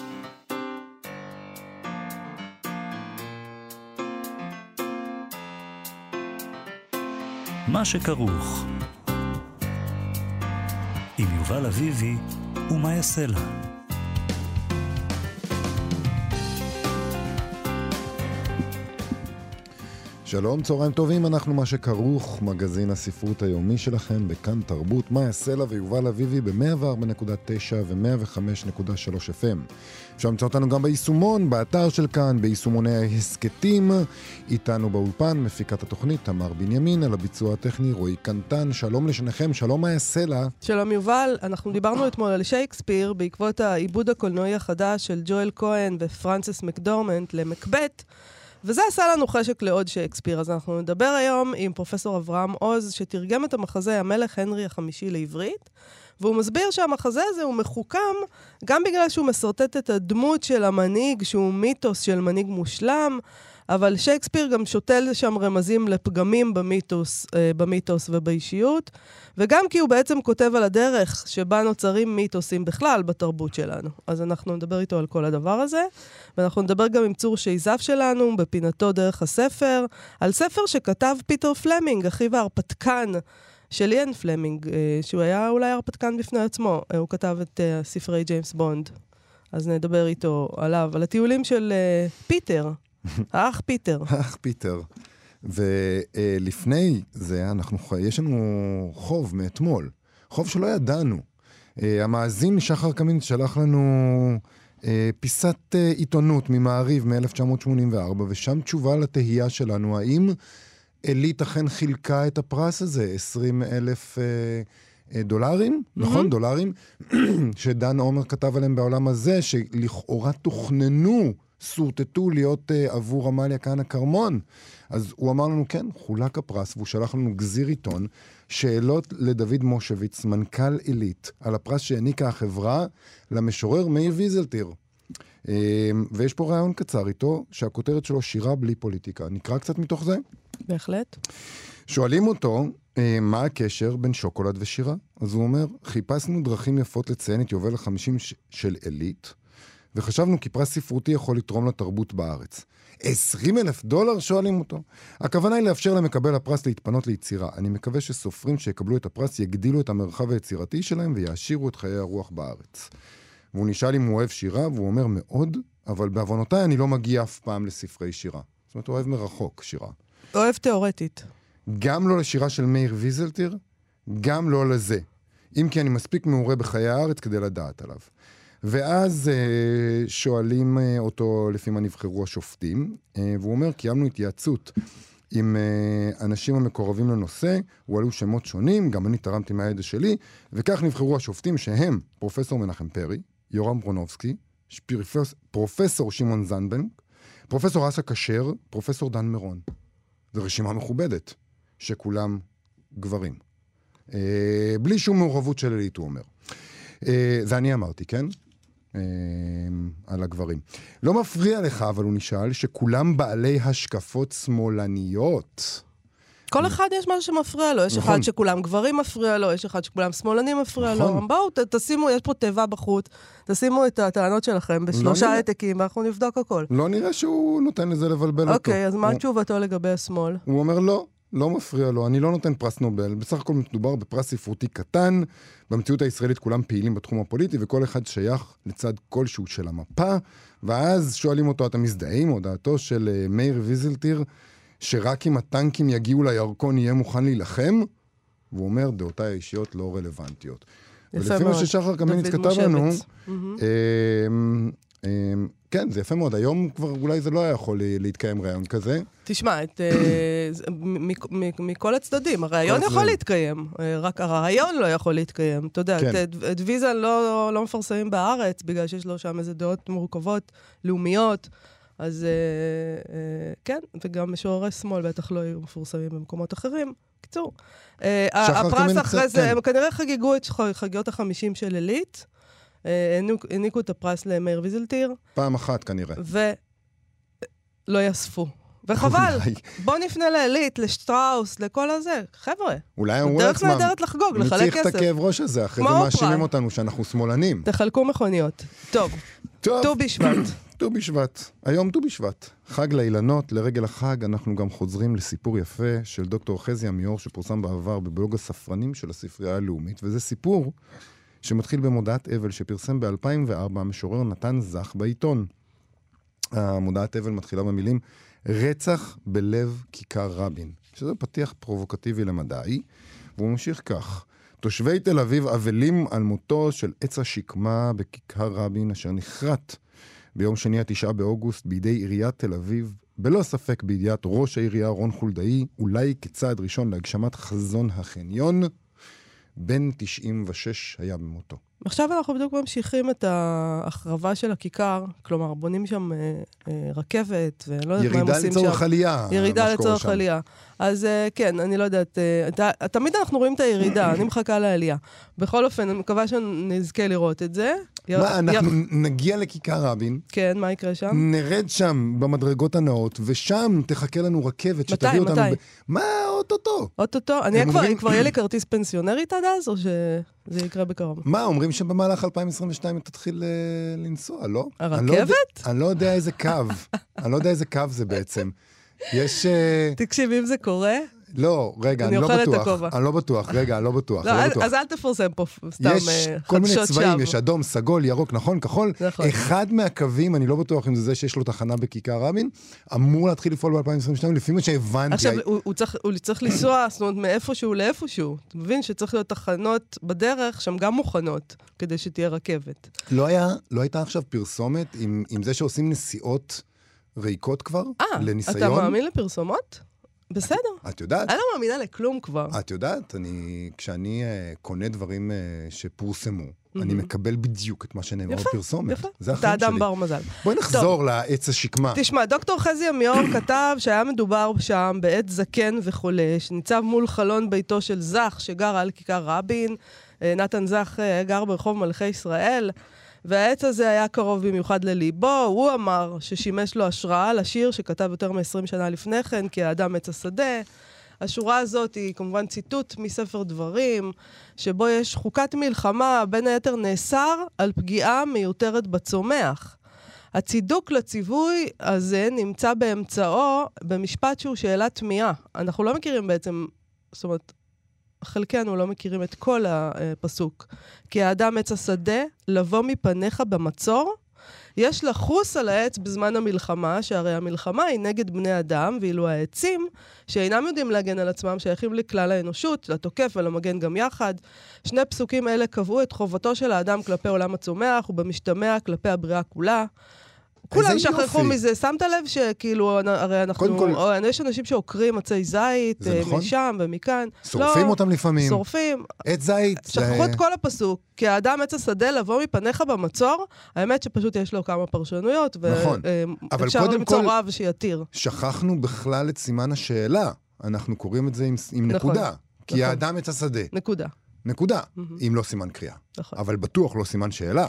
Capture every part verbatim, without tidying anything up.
מה שכרוך עם יובל אביבי ומה יעשה לה. שלום, צהריים טובים, אנחנו מה שכרוך, מגזין הספרות היומי שלכם בכאן תרבות, מה יעשה לה ויובל אביבי ב-מאה וארבע נקודה תשע ו-מאה וחמש נקודה שלוש אף אם. אפשר למצוא אותנו גם ביישומון, באתר של כאן, ביישומוני ההסקטים. איתנו באולפן, מפיקת התוכנית, תמר בנימין, על הביצוע הטכני, רועי קנטן. שלום לשניכם, שלום מה יעשה לה. שלום יובל, אנחנו דיברנו אתמול על שייקספיר, בעקבות העיבוד הקולנועי החדש של ג'ואל כהן ופרנסס מקדורמנט למקבט, וזה עשה לנו חשק לעוד שייקספיר, אז אנחנו נדבר היום עם פרופסור אברהם עוז, שתרגם את המחזה המלך הנרי החמישי לעברית, והוא מסביר שהמחזה הזה הוא מחוכם, גם בגלל שהוא מסרטט את הדמות של המנהיג, שהוא מיתוס של מנהיג מושלם, אבל שייקספיר גם שותל שם רמזים לפגמים במיתוס, במיתוס ובאישיות, וגם כי הוא בעצם כותב על הדרך שבה נוצרים מיתוסים בכלל בתרבות שלנו. אז אנחנו נדבר איתו על כל הדבר הזה, ואנחנו נדבר גם עם צור שייזף שלנו, בפינתו דרך הספר, על ספר שכתב פיטר פלמינג, אחיו ההרפתקן של איאן פלמינג, שהוא היה אולי הרפתקן בפני עצמו. הוא כתב את ספרי ג'יימס בונד. אז נדבר איתו עליו, על הטיולים של פיטר. האח פיטר. האח פיטר. ולפני זה, אנחנו, יש לנו חוב מאתמול. חוב שלא ידענו. המאזין שחר קמינץ שלח לנו פיסת עיתונות ממעריב מ-אלף תשע מאות שמונים וארבע, ושם תשובה לתהייה שלנו, האם אלית אכן חילקה את הפרס הזה, עשרים אלף דולרים, נכון? דולרים, שדן עומר כתב עליהם בעולם הזה, שלכאורה תוכננו, סורטטו להיות uh, עבור עמליה כהנא כרמון. אז הוא אמר לנו, כן, חולק הפרס, והוא שלח לנו גזיר עיתון, שאלות לדוד מושביץ, מנכ"ל אלית, על הפרס שהעניקה החברה למשורר מאיר ויזלטיר. Uh, ויש פה רעיון קצר איתו, שהכותרת שלו שירה בלי פוליטיקה. נקרא קצת מתוך זה? בהחלט. שואלים אותו, uh, מה הקשר בין שוקולד ושירה? אז הוא אומר, חיפשנו דרכים יפות לציין את יובל החמישים ש- של אלית, וחשבנו כי פרס ספרותי יכול לתרום לתרבות בארץ. עשרים אלף דולר שואלים אותו. הכוונה היא לאפשר למקבל הפרס להתפנות ליצירה. אני מקווה שסופרים שיקבלו את הפרס יגדילו את המרחב היצירתי שלהם ויעשירו את חיי הרוח בארץ. והוא נשאל אם הוא אוהב שירה, והוא אומר מאוד, אבל בעוונותיי אני לא מגיע אף פעם לספרי שירה. זאת אומרת, הוא אוהב מרחוק שירה. אוהב תיאורטית. גם לא לשירה של מאיר ויזלטיר, גם לא לזה. אם כי אני מספיק מעורה בחיי הארץ כדי לדעת עליו. ואז uh, שואלים uh, אותו לפי מה נבחרו השופטים, uh, והוא אומר, קיימנו התייעצות עם uh, אנשים המקורבים לנושא, הועלו שמות שונים, גם אני תרמתי מהידע שלי, וכך נבחרו השופטים שהם פרופסור מנחם פרי, יורם ברונובסקי, שפירפס, פרופסור שמעון זנדבנק, פרופסור אסא כשר, פרופסור דן מירון. זו רשימה מכובדת, שכולם גברים. Uh, בלי שום מעורבות של אלית, הוא אומר. Uh, זה אני אמרתי, כן? על הגברים. לא מפריע לך, אבל הוא נשאל, שכולם בעלי השקפות שמאלניות. כל אחד יש משהו שמפריע לו. יש אחד שכולם גברים מפריע לו, יש אחד שכולם שמאלנים מפריע לו. בואו, תשימו, יש פה טבע בחוץ, תשימו את הטענות שלכם בשלושה העתקים, ואנחנו נבדוק הכל. לא נראה שהוא נותן לזה לבלבל אותו. אוקיי, אז מה תשובתו לגבי השמאל? הוא אומר לא. לא מפריע לו, אני לא נותן פרס נובל, בסך הכל מדובר בפרס ספרותי קטן, במציאות הישראלית כולם פעילים בתחום הפוליטי, וכל אחד שייך לצד כלשהו של המפה, ואז שואלים אותו, אתה מזדהה עם הודעתו של מאיר ויזלטיר, שרק אם הטנקים יגיעו לירקון יהיה מוכן להילחם? והוא אומר, דעותיי האישיות לא רלוונטיות. ולפי מה ששחר קמינץ כתב לנו, כן, זה יפה מאוד. היום כבר אולי זה לא היה יכול להתקיים רעיון כזה. תשמע, מכל הצדדים, הרעיון יכול להתקיים, רק הרעיון לא יכול להתקיים. אתה יודע, את ויזה לא מפרסמים בארץ, בגלל שיש לו שם איזה דעות מורכבות, לאומיות, אז כן, וגם משוררי שמאל בטח לא היו מפורסמים במקומות אחרים. קיצור, הפרס אחרי זה, הם כנראה חגיגו את חגיגות החמישים של אלית, העניקו את הפרס למאיר ויזלטיר. פעם אחת כנראה. ולא יאספו. וחבל, בוא נפנה לאלית, לשטראוס, לכל הזה. חבר'ה, אולי אמרו לעצמם, דרך נהדרת לחגוג, לחלק כסף. נציך את הכאב ראש הזה, אחרי זה מאשימים אותנו שאנחנו שמאלנים. תחלקו מכוניות. טוב, טוב. ט"ו בשבט. ט"ו בשבט. היום ט"ו בשבט. חג לאילנות. לרגל החג אנחנו גם חוזרים לסיפור יפה של דוקטור חזי עמיור, שפורסם בעבר בבלוג הספרנים של הספרייה הלאומית, וזה סיפור שמתחיל במודעת אבל שפרסם ב-אלפיים וארבע המשורר נתן זך בעיתון. המודעת אבל מתחילה במילים רצח בלב כיכר רבין, שזה פתיח פרובוקטיבי למדעי, והוא ממשיך כך: תושבי תל אביב אבלים על מותו של עץ השקמה בכיכר רבין, אשר נחרט ביום שני התשעה באוגוסט בידי עיריית תל אביב, בלא ספק בידיעת ראש העירייה רון חולדאי, אולי כצעד ראשון להגשמת חזון החניון. בן תשעים ושש היה במותו. עכשיו אנחנו בדיוק ממשיכים את ההחרבה של הכיכר, כלומר, בונים שם אה, אה, רכבת, ולא יודעת מה הם עושים שם. ירידה לצורך עלייה. ירידה לצורך עלייה. אז אה, כן, אני לא יודעת, אה, ת, תמיד אנחנו רואים את הירידה, אני מחכה לעלייה. בכל אופן, אני מקווה שנזכה לראות את זה. מה, אנחנו נגיע לכיכר רבין. כן, מה יקרה שם? נרד שם במדרגות הנאות, ושם תחכה לנו רכבת שתביא אותנו... מתי? מה, אוטוטו? אוטוטו? אני כבר יהיה לי כרטיס פנסיונרית עד אז, או שזה יקרה בקרוב? מה, אומרים שבמהלך אלפיים עשרים ושתיים תתחיל לנסוע, לא? הרכבת? אני לא יודע איזה קו. אני לא יודע איזה קו זה בעצם. יש... תקשיב, אם זה קורה... לא, רגע, אני לא בטוח. אני לא בטוח, רגע, אני לא בטוח. אז אל תפרסם פה סתם חדשות שווא. יש כל מיני צבעים, יש אדום, סגול, ירוק, נכון, כחול. אחד מהקווים, אני לא בטוח אם זה זה שיש לו תחנה בכיכר רבין, אמור להתחיל לפעול ב-אלפיים עשרים ושתיים, לפי מה שהבנתי. עכשיו, הוא צריך לנסוע, זאת אומרת, מאיפשהו לאיפשהו. אתה מבין שצריך להיות תחנות בדרך, שם גם מוכנות, כדי שתהיה רכבת. לא הייתה עכשיו פרסומת עם זה שעושים נסיעות ריקות כבר, לניסיון? אתה מאמין לפרסומות? בסדר. את יודעת? אני לא מאמינה לכלום כבר. את יודעת, אני, כשאני uh, קונה דברים uh, שפורסמו, mm-hmm. אני מקבל בדיוק את מה שנאמר בפרסומת. יפה, יפה. אתה אדם בר מזל. בואי נחזור טוב. לעץ השקמה. תשמע, דוקטור חזי עמיור כתב שהיה מדובר שם בעת זקן וחולה, שניצב מול חלון ביתו של זך, שגר על כיכר רבין. נתן זך גר ברחוב מלכי ישראל, והעץ הזה היה קרוב במיוחד לליבו. הוא אמר ששימש לו השראה לשיר שכתב יותר מ-עשרים שנה לפני כן, כי האדם עץ השדה. השורה הזאת היא כמובן ציטוט מספר דברים, שבו יש חוקת מלחמה, בין היתר נאסר על פגיעה מיותרת בצומח. הצידוק לציווי הזה נמצא באמצעו במשפט שהוא שאלה תמיהה. אנחנו לא מכירים בעצם, זאת אומרת, חלקנו לא מכירים את כל הפסוק. כי האדם עץ השדה, לבוא מפניך במצור, יש לחוס על העץ בזמן המלחמה, שהרי המלחמה היא נגד בני אדם, ואילו העצים, שאינם יודעים להגן על עצמם, שייכים לכלל האנושות, לתוקף ולמגן גם יחד. שני פסוקים אלה קבעו את חובתו של האדם כלפי עולם הצומח, ובמשתמע כלפי הבריאה כולה. כולם שכחו מזה, שמת לב שכאילו, הרי אנחנו, כל... או, יש אנשים שעוקרים עצי זית, נכון? משם ומכאן. שורפים לא, אותם לפעמים. שורפים. עץ זית. שכחו זה... את כל הפסוק, כי האדם עץ השדה לבוא מפניך במצור, האמת שפשוט יש לו כמה פרשנויות, נכון. ואפשר למצוא כל... רב שיתיר. שכחנו בכלל את סימן השאלה, אנחנו קוראים את זה עם, עם נכון. נקודה, כי נכון. האדם עץ השדה. נקודה. נקודה, mm-hmm. אם לא סימן קריאה. נכון. אבל בטוח לא סימן שאלה.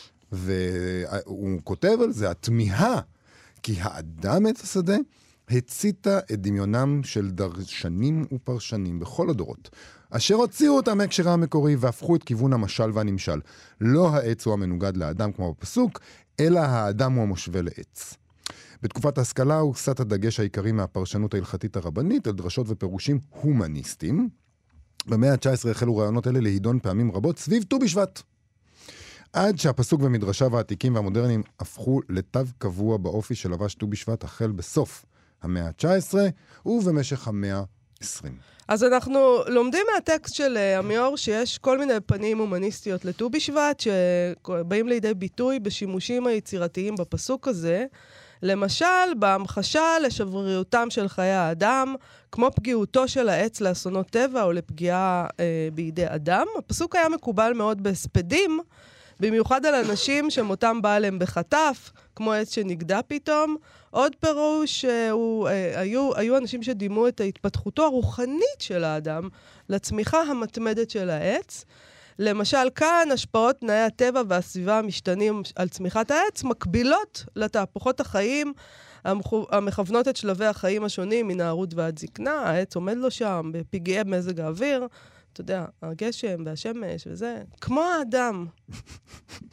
והוא כותב על זה, התמיהה, כי האדם עץ השדה הציתה את דמיונם של דרשנים ופרשנים בכל הדורות, אשר הוציאו אותם מהקשרה המקורי והפכו את כיוון המשל והנמשל. לא העץ הוא המנוגד לאדם כמו בפסוק, אלא האדם הוא המושווה לעץ. בתקופת ההשכלה הוא סט הדגש העיקרי מהפרשנות ההלכתית הרבנית על דרשות ופירושים הומניסטיים. במאה ה-תשע עשרה החלו רעיונות אלה להידון פעמים רבות סביב ט"ו בשבט. עד שהפסוק במדרשיו העתיקים והמודרניים הפכו לתו קבוע באופי של לבש ט"ו בשבט החל בסוף המאה ה-תשע עשרה ובמשך המאה ה-עשרים. אז אנחנו לומדים מהטקסט של עמיור שיש כל מיני פנים הומניסטיות לט"ו בשבט שבאים לידי ביטוי בשימושים היצירתיים בפסוק הזה. למשל, בהמחשה לשבריותם של חיי האדם, כמו פגיעותו של העץ לאסונות טבע או לפגיעה אה, בידי אדם. הפסוק היה מקובל מאוד בהספדים, במיוחד על אנשים שמותם בא עליהם בחטף, כמו עץ שנגדע פתאום. עוד פירוש, הוא, אה, היו, היו אנשים שדימו את ההתפתחותו הרוחנית של האדם לצמיחה המתמדת של העץ. למשל, כאן השפעות תנאי הטבע והסביבה המשתנים על צמיחת העץ מקבילות לתהפוכות החיים המכוונות את שלבי החיים השונים מנערות ועד זקנה. העץ עומד לו שם בפגעי מזג האוויר, אתה יודע, הגשם והשמש וזה, כמו האדם.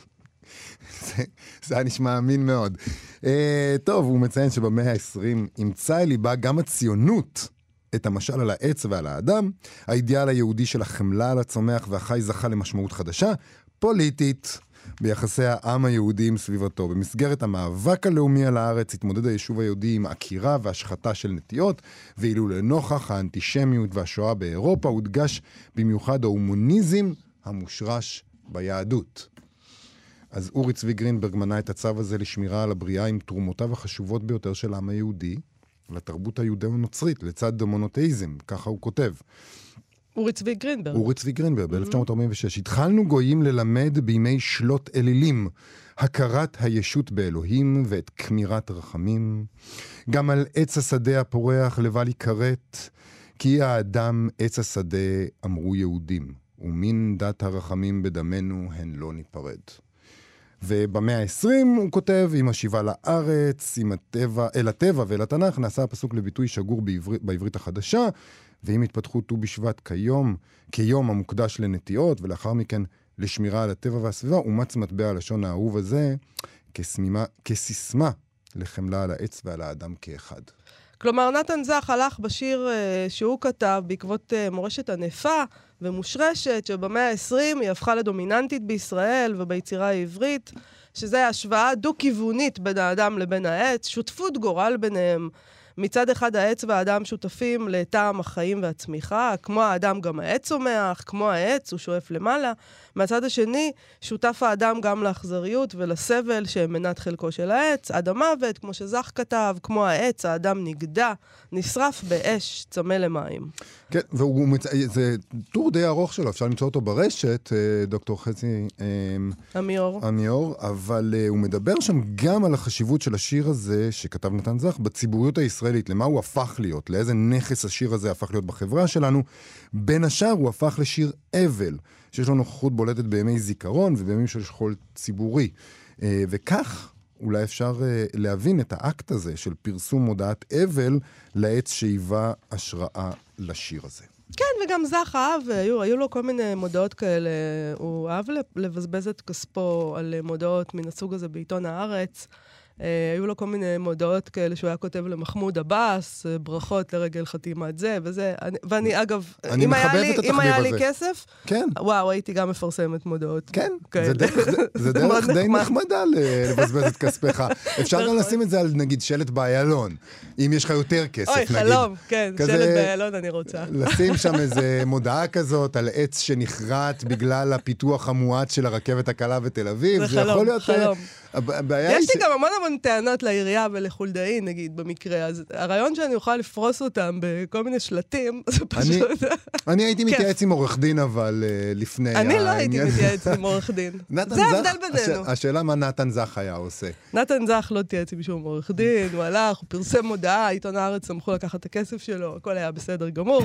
זה, זה היה נשמע אמין מאוד. Uh, טוב, הוא מציין שבמאה ה-עשרים ימצא אל ליבה גם הציונות, את המשל על העץ ועל האדם, האידיאל היהודי של החמלה על הצומח והחי זכה למשמעות חדשה, פוליטית, ביחסי העם היהודי עם סביבתו. במסגרת המאבק הלאומי על הארץ התמודד היישוב היהודי עם עקירה והשחתה של נטיות, ואילו לנוכח האנטישמיות והשואה באירופה הודגש במיוחד ההומוניזם המושרש ביהדות. אז אורי צבי גרינברג מנה את הצו הזה לשמירה על הבריאה עם תרומותיו החשובות ביותר של העם היהודי, לתרבות היהודו-נוצרית, לצד המונותאיזם, ככה הוא כותב. אורי צבי גרינברג. אורי צבי גרינברג, ב-אלף תשע מאות ארבעים ושש. התחלנו גויים ללמד בימי שלות אלילים, הכרת הישות באלוהים ואת כמירת רחמים. גם על עץ השדה הפורח לבל יכרת, כי האדם עץ השדה אמרו יהודים, ומן דת הרחמים בדמנו הן לא ניפרד. ובמאה ה-עשרים הוא כותב, עם השיבה לארץ, עם הטבע, אל הטבע ואל התנ"ך, נעשה הפסוק לביטוי שגור בעברית, בעברית החדשה, ועם התפתחות ט"ו בשבט כיום, כיום המוקדש לנטיות, ולאחר מכן לשמירה על הטבע והסביבה, אומץ מטבע הלשון האהוב הזה כסמימה, כסיסמה לחמלה על העץ ועל האדם כאחד. כלומר, נתן זך הלך בשיר uh, שהוא כתב בעקבות uh, מורשת ענפה ומושרשת, שבמאה ה-עשרים היא הפכה לדומיננטית בישראל וביצירה העברית, שזה השוואה דו-כיוונית בין האדם לבין העץ, שותפות גורל ביניהם. מצד אחד העץ והאדם שותפים לטעם החיים והצמיחה, כמו האדם גם העץ צומח, כמו העץ הוא שואף למעלה. מהצד השני, שותף האדם גם לאכזריות ולסבל שהם מנת חלקו של העץ, עד המוות, כמו שזך כתב, כמו העץ, האדם נגדע, נשרף באש, צמא למים. כן, והוא מצ... זה טור די ארוך שלו, אפשר למצוא אותו ברשת, דוקטור חצי עמיאור. עמיאור, אבל הוא מדבר שם גם על החשיבות של השיר הזה שכתב נתן זך בציבוריות הישראלית, למה הוא הפך להיות, לאיזה נכס השיר הזה הפך להיות בחברה שלנו. בין השאר הוא הפך לשיר אבל, שיש לו נוכחות בולטת בימי זיכרון ובימים של שכול ציבורי. וכך אולי אפשר להבין את האקט הזה של פרסום מודעת אבל לעץ שהיווה השראה לשיר הזה. כן, וגם זך אהב, היו, היו לו כל מיני מודעות כאלה, הוא אהב לבזבז את כספו על מודעות מן הסוג הזה בעיתון הארץ. היו לו כל מיני מודעות כאלה שהוא היה כותב למחמוד עבאס, ברכות לרגל חתימת זה וזה. ואני, אגב, אני אם מחבב היה לי, את התחביב אם היה לי הזה. כסף, כן. וואו, הייתי גם מפרסמת מודעות. כן, כאלה. זה דרך, זה דרך די נחמדה לבזבז את כספך. אפשר גם לשים את זה על, נגיד, שלט באיילון, אם יש לך יותר כסף, אוי, נגיד. חלום, כן, כזה, שלט באיילון אני רוצה. לשים שם איזה מודעה כזאת על עץ שנחרט בגלל הפיתוח המועט של הרכבת הקלה בתל אביב. זה, זה חלום, יכול להיות, חלום. הבעיה יש היא לי גם המון המון טענות לעירייה ולחולדאי, נגיד, במקרה. אז הרעיון שאני אוכל לפרוס אותם בכל מיני שלטים, זה פשוט... אני הייתי מתייעץ עם עורך דין, אבל לפני העניין. אני לא הייתי מתייעץ עם עורך דין. זה ההבדל בינינו. השאלה מה נתן זך היה עושה. נתן זך לא תייעץ עם שום עורך דין, הוא הלך, הוא פרסם מודעה, עיתון הארץ שמחו לקחת את הכסף שלו, הכל היה בסדר גמור.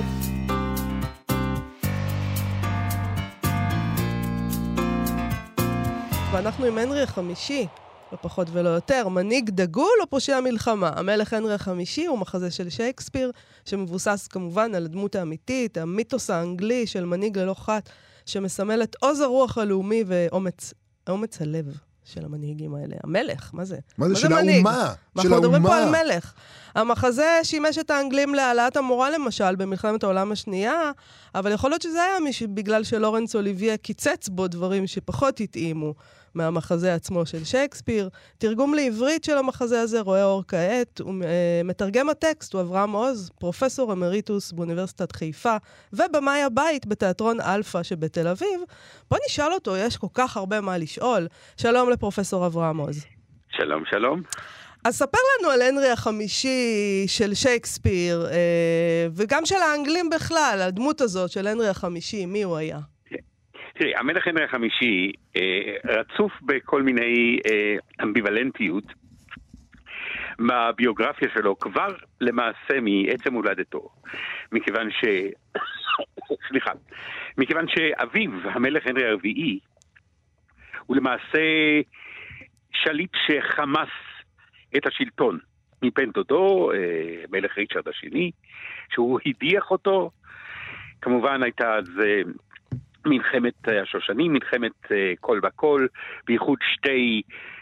ואנחנו עם הנרי החמישי, לא פחות ולא יותר, מנהיג דגול או פושע מלחמה. המלך הנרי החמישי הוא מחזה של שייקספיר, שמבוסס כמובן על הדמות האמיתית, המיתוס האנגלי של מנהיג ללא חת, שמסמל את עוז הרוח הלאומי ואומץ אומץ הלב של המנהיגים האלה. המלך, מה זה? מה זה? של האומה. אנחנו מדברים פה על מלך. המחזה שימש את האנגלים להעלאת המורה למשל במלחמת העולם השנייה, אבל יכול להיות שזה היה בגלל שלורנס אוליביה קיצץ בו דברים שפחות התאימו מהמחזה עצמו של שייקספיר. תרגום לעברית של המחזה הזה רואה אור כעת, ומתרגם הטקסט הוא אברהם עוז, פרופסור אמריטוס באוניברסיטת חיפה, ובמאי הבית בתיאטרון אלפא שבתל אביב. בוא נשאל אותו, יש כל כך הרבה מה לשאול. שלום לפרופסור אברהם עוז. שלום, שלום. אז ספר לנו על הנרי החמישי של שייקספיר, וגם של האנגלים בכלל, הדמות הזאת של הנרי החמישי, מי הוא היה? תראי, המלך הנרי החמישי רצוף בכל מיני אמביוולנטיות מהביוגרפיה שלו, כבר למעשה מעצם הולדתו, מכיוון ש... סליחה, מכיוון שאביו, המלך הנרי הרביעי, הוא למעשה שליט שחמס את השלטון מפן דודו, מלך ריצ'רד השני, שהוא הדיח אותו. כמובן הייתה אז מלחמת השושנים, מלחמת כל בכל, בייחוד שתי,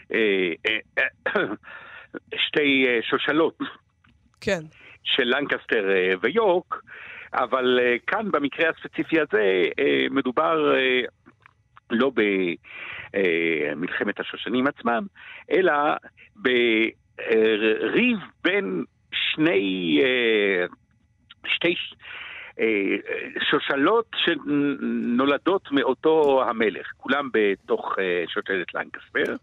שתי שושלות. כן. של לנקסטר ויורק, אבל כאן במקרה הספציפי הזה מדובר לא במלחמת השושנים עצמם, אלא בריב בין שני שתי שושלות שנולדות מאותו המלך, כולם בתוך שושלת לנקסטר,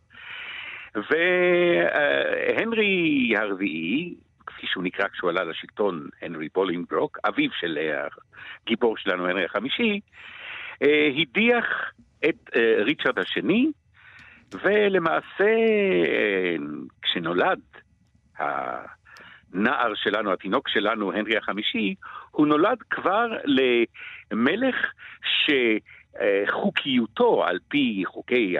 והנרי הרביעי, כפי שהוא נקרא כשהוא עלה לשלטון, הנרי בולינגברוק, אביו של הגיבור שלנו, הנרי החמישי, הדיח את ריצ'רד השני, ולמעשה כשנולד הנער שלנו, התינוק שלנו, הנרי החמישי, הוא נולד כבר למלך שחוקיותו על פי חוקי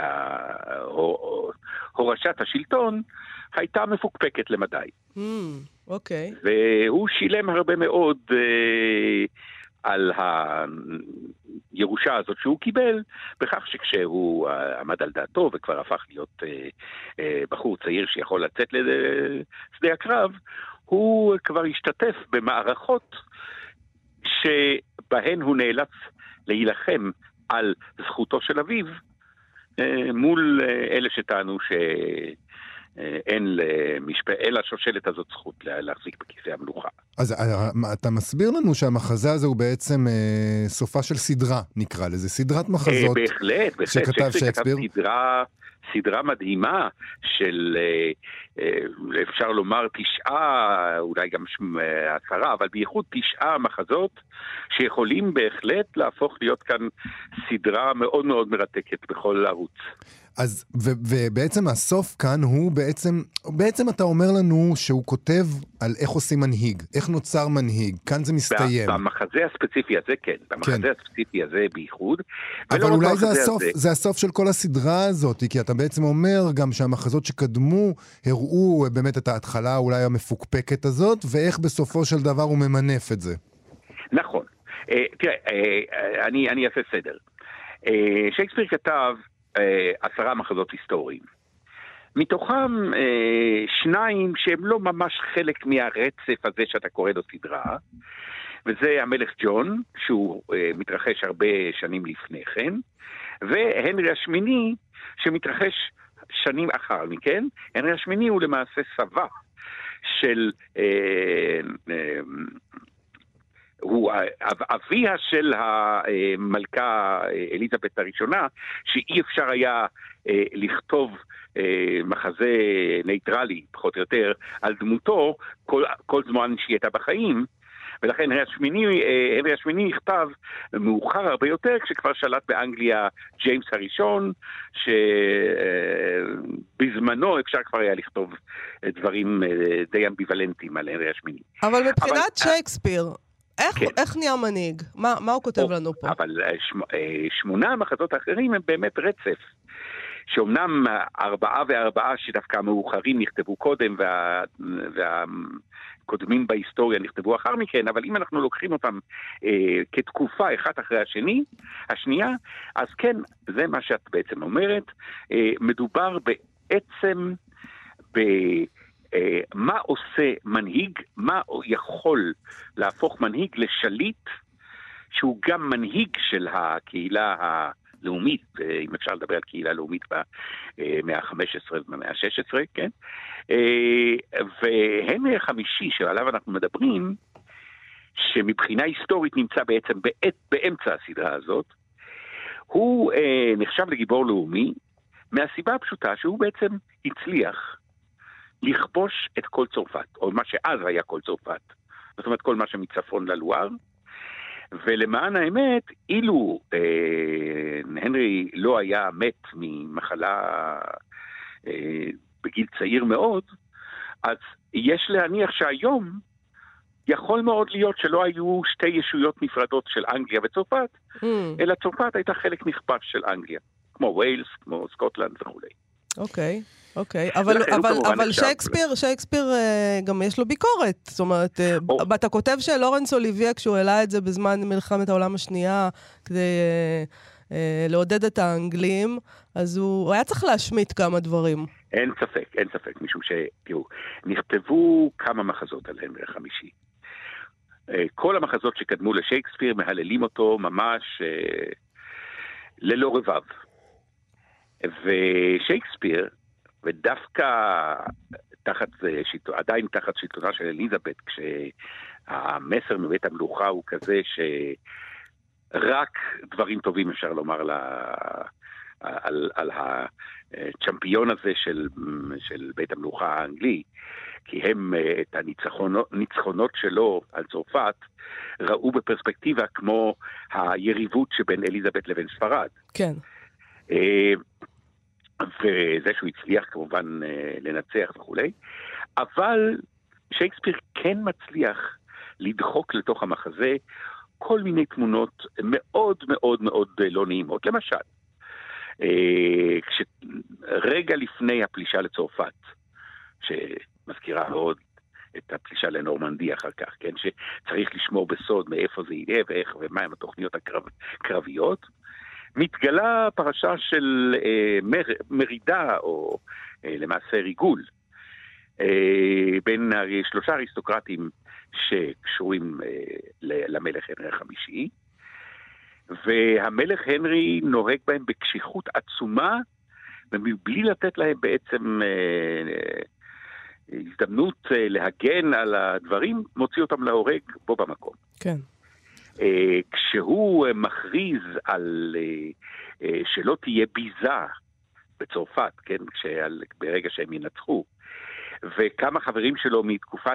הורשת השלטון הייתה מפוקפקת למדי. אוקיי. והוא שילם הרבה מאוד על הירושה הזאת שהוא קיבל, בכך שכשהוא עמד על דעתו וכבר הפך להיות בחור צעיר שיכול לצאת לשדה הקרב, הוא כבר השתתף במערכות שבהן הוא נאלץ להילחם על זכותו של אביו, מול אלה שטענו שאין אל השושלת הזאת זכות להחזיק בכיסא המלוכה. אז אתה מסביר לנו שהמחזה הזה הוא בעצם סופה של סדרה, נקרא לזה, סדרת מחזות. בהחלט, בהחלט. שכתב שייקספיר. סדרה, סדרה מדהימה של, אפשר לומר, תשעה, אולי גם עשרה, אבל בייחוד תשעה מחזות שיכולים בהחלט להפוך להיות כאן סדרה מאוד מאוד מרתקת בכל ערוץ. אז, ו- ובעצם הסוף כאן הוא בעצם, בעצם אתה אומר לנו שהוא כותב על איך עושים מנהיג, איך נוצר מנהיג, כאן זה מסתיים. במחזה הספציפי הזה, כן, במחזה כן. הספציפי הזה בייחוד. אבל אולי זה הסוף, הזה. זה הסוף של כל הסדרה הזאת, כי אתה בעצם אומר גם שהמחזות שקדמו הראו באמת את ההתחלה אולי המפוקפקת הזאת, ואיך בסופו של דבר הוא ממנף את זה. נכון. אה, תראה, אה, אני, אני אעשה סדר. אה, שייקספיר כתב עשרה מחזות היסטוריים. מתוכם אה, שניים שהם לא ממש חלק מהרצף הזה שאתה קורא לו סדרה, וזה המלך ג'ון, שהוא אה, מתרחש הרבה שנים לפני כן, והנרי השמיני, שמתרחש שנים אחר מכן. הנרי השמיני הוא למעשה סבא של... אה, אה, הוא אביה של המלכה אליזבת הראשונה, שאי אפשר היה לכתוב מחזה נייטרלי, פחות או יותר, על דמותו כל, כל זמן שהיא הייתה בחיים, ולכן הנרי השמיני, הנרי השמיני נכתב מאוחר הרבה יותר, כשכבר שלט באנגליה ג'יימס הראשון, שבזמנו אפשר כבר היה לכתוב דברים די אמביוולנטיים על הנרי השמיני. אבל מבחינת אבל... שייקספיר, איך, כן. איך נהיה מנהיג? מה, מה הוא כותב או, לנו פה? אבל שמונה המחזות האחרים הם באמת רצף. שאומנם ארבעה וארבעה שדווקא המאוחרים נכתבו קודם, וה, והקודמים בהיסטוריה נכתבו אחר מכן, אבל אם אנחנו לוקחים אותם אה, כתקופה אחת אחרי השני, השנייה, אז כן, זה מה שאת בעצם אומרת, אה, מדובר בעצם ב... מה עושה מנהיג, מה הוא להפוך מנהיג לשליט, שהוא גם מנהיג של הקהילה הלאומית, אם אפשר לדבר על קהילה לאומית במאה ה-חמש עשרה ובמאה ה-שש עשרה, כן? והנרי החמישי שעליו אנחנו מדברים, שמבחינה היסטורית נמצא בעצם בעת, באמצע הסדרה הזאת, הוא נחשב לגיבור לאומי, מהסיבה הפשוטה שהוא בעצם הצליח לכבוש את כל צרפת, או מה שאז היה כל צרפת. זאת אומרת, כל מה שמצפון ללואר. ולמען האמת, אילו אה, הנרי לא היה מת ממחלה אה, בגיל צעיר מאוד, אז יש להניח שהיום יכול מאוד להיות שלא היו שתי ישויות נפרדות של אנגליה וצרפת, mm. אלא צרפת הייתה חלק נכבש של אנגליה, כמו ויילס, כמו סקוטלנד וכו'. אוקיי. אוקיי, אבל, אבל, אבל שייקספיר, שייקספיר גם יש לו ביקורת. זאת אומרת, או. אתה כותב שלורנס אוליביה, כשהוא העלה את זה בזמן מלחמת העולם השנייה, כדי uh, uh, לעודד את האנגלים, אז הוא, הוא היה צריך להשמיט כמה דברים. אין ספק, אין ספק, משום שתראו, נכתבו כמה מחזות על הנרי החמישי. Uh, כל המחזות שקדמו לשייקספיר מהללים אותו ממש uh, ללא רבב. ושייקספיר, ודווקא תחת, עדיין תחת שלטונה של אליזבת, כשהמסר מבית המלוכה הוא כזה שרק דברים טובים אפשר לומר לה, על, על הצ'מפיון הזה של, של בית המלוכה האנגלי, כי הם את הניצחונות שלו על צרפת ראו בפרספקטיבה כמו היריבות שבין אליזבת לבין ספרד. כן. וזה שהוא הצליח כמובן לנצח וכולי, אבל שייקספיר כן מצליח לדחוק לתוך המחזה כל מיני תמונות מאוד מאוד מאוד לא נעימות. למשל, כשרגע לפני הפלישה לצרפת, שמזכירה מאוד את הפלישה לנורמנדי אחר כך, כן, שצריך לשמור בסוד מאיפה זה יהיה ואיך ומהם התוכניות הקרביות, מתגלה פרשה של אה, מר, מרידה, או אה, למעשה ריגול, אה, בין שלושה אריסטוקרטים שקשורים אה, למלך הנרי החמישי, והמלך הנרי נוהג בהם בקשיחות עצומה, ומבלי לתת להם בעצם אה, אה, הזדמנות אה, להגן על הדברים, מוציא אותם להורג בו במקום. כן. כשהוא מכריז על שלא תהיה ביזה בצרפת, כן, ברגע שהם ינצחו, וכמה חברים שלו מתקופת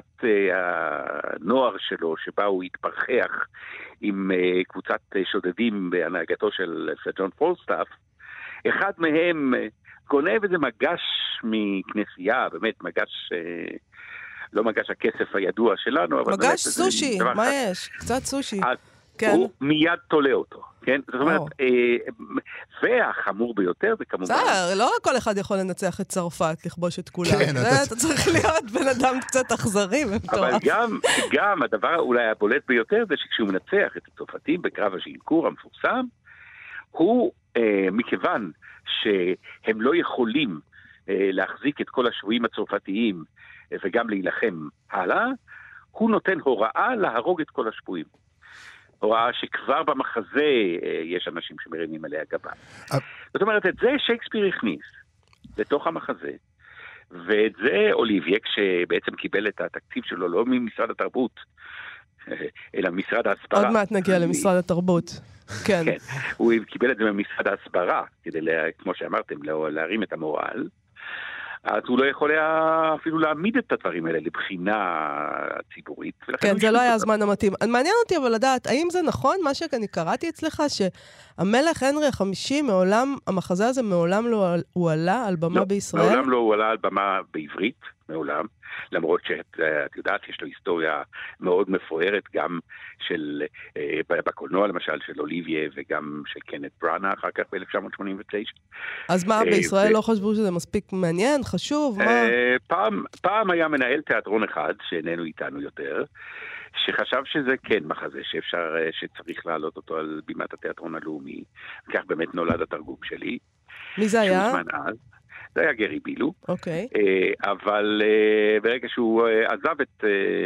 הנוער שלו, שבה הוא התפרחח עם קבוצת שודדים בהנהגתו של סר ג'ון פולסטאף, אחד מהם גונב איזה מגש מכנסייה, באמת מגש, לא מגש הכסף הידוע שלנו, אבל מגש סושי, מה יש? קצת סושי. כן. הוא מיד תולה אותו, כן? זאת אומרת, אה, והחמור ביותר זה כמובן... בסדר, לא כל אחד יכול לנצח את צרפת, לכבוש את כולם. כן, אתה... אתה צריך להיות בן אדם קצת אכזרי ומטורף. אבל גם, גם הדבר אולי הבולט ביותר זה שכשהוא מנצח את הצרפתים בקרב הז'ינקור המפורסם, הוא, אה, מכיוון שהם לא יכולים אה, להחזיק את כל השבויים הצרפתיים אה, וגם להילחם הלאה, הוא נותן הוראה להרוג את כל השבויים. הוראה שכבר במחזה יש אנשים שמרימים עליה גבה. זאת אומרת, את זה שייקספיר הכניס לתוך המחזה, ואת זה אוליביה, כשבעצם קיבל את התקציב שלו לא ממשרד התרבות, אלא משרד ההסברה. עוד מעט נגיע למשרד התרבות. כן. כן. הוא קיבל את זה ממשרד ההסברה, כדי, כמו שאמרתם, להרים את המורל. אז הוא לא יכול היה אפילו להעמיד את הדברים האלה לבחינה ציבורית. כן, זה לא היה הזמן המתאים. מעניין אותי אבל לדעת, האם זה נכון, מה שאני קראתי אצלך, שהמלך הנרי החמישי מעולם, המחזה הזה מעולם לא הועלה על במה בישראל? מעולם לא הועלה על במה בעברית, מעולם. למרות שאת יודעת, יש לו היסטוריה מאוד מפוארת, גם של, בקולנוע למשל, של אוליביה, וגם של קנת בראנה, אחר כך ב-אלף תשע מאות שמונים ותשע. אז מה, בישראל לא חשבו שזה מספיק מעניין, חשוב, מה? פעם, פעם היה מנהל תיאטרון אחד, שאיננו איתנו יותר, שחשב שזה כן מחזה, שאפשר, שצריך להעלות אותו על בימת התיאטרון הלאומי, וכך באמת נולד התרגום שלי. מי זה היה? אז. זה היה גרי בילו. אוקיי. אבל ברגע שהוא עזב את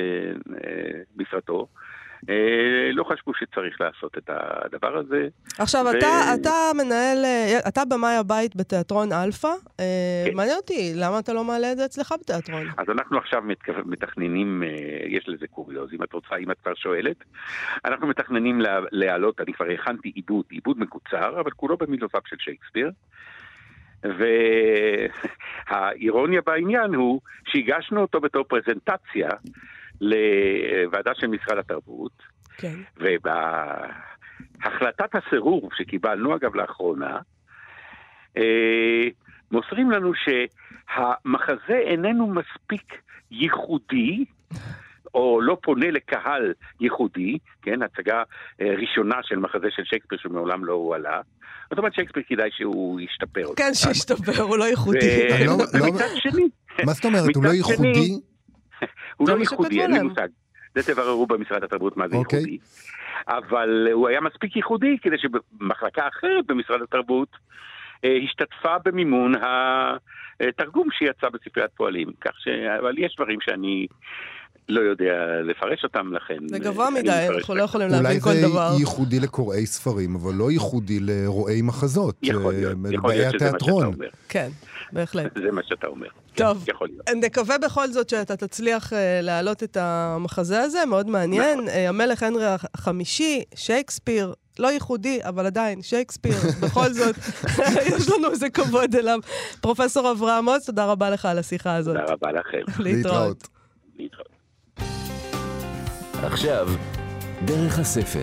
משרתו, לא חשבו שצריך לעשות את הדבר הזה. עכשיו, ו... אתה, אתה מנהל, אתה במאי הבית בתיאטרון אלפא. כן. מעניין אותי, למה אתה לא מעלה את זה אצלך בתיאטרון? אז אנחנו עכשיו מתכננים, יש לזה קוריוז, אם את רוצה, אם את כבר שואלת. אנחנו מתכננים להעלות, אני כבר הכנתי עיבוד, עיבוד מקוצר, אבל כולו במילותיו של שייקספיר. והאירוניה בעניין הוא שהגשנו אותו בתור פרזנטציה לוועדה של משרד התרבות, כן. ובהחלטת הסירוב שקיבלנו אגב לאחרונה, מוסרים לנו שהמחזה איננו מספיק ייחודי או לא פונה לקהל ייחודי, כן, הצגה ראשונה של מחזה של שייקספיר שמעולם לא הועלה, זאת אומרת שייקספיר כדאי שהוא ישתפר. כן, שישתפר, הוא לא ייחודי. ומצד שני... מה זאת אומרת, הוא לא ייחודי? הוא לא ייחודי, אין לי מושג. זה תבררו במשרד התרבות מה זה ייחודי. אבל הוא היה מספיק ייחודי כדי שבמחלקה אחרת במשרד התרבות השתתפה במימון התרגום שיצא בספריית פועלים. כך ש... אבל יש דברים שאני לא יודע לפרש אותם לכן. זה גבוה מדי, אנחנו לא יכולים להבין כל דבר. אולי זה ייחודי לקוראי ספרים, אבל לא ייחודי לרואי מחזות. יכול להיות, יכול להיות שזה מה שאתה אומר. כן, בהחלט. זה מה שאתה אומר. טוב, נקווה בכל זאת שאתה תצליח להעלות את המחזה הזה, מאוד מעניין. המלך הנרי החמישי, שייקספיר, לא ייחודי, אבל עדיין, שייקספיר, בכל זאת, יש לנו איזה כבוד אליו. פרופסור אברהם עוז, תודה רבה לך על השיחה הזאת. תודה רבה לכם. להתראות. להתראות. עכשיו, דרך הספר.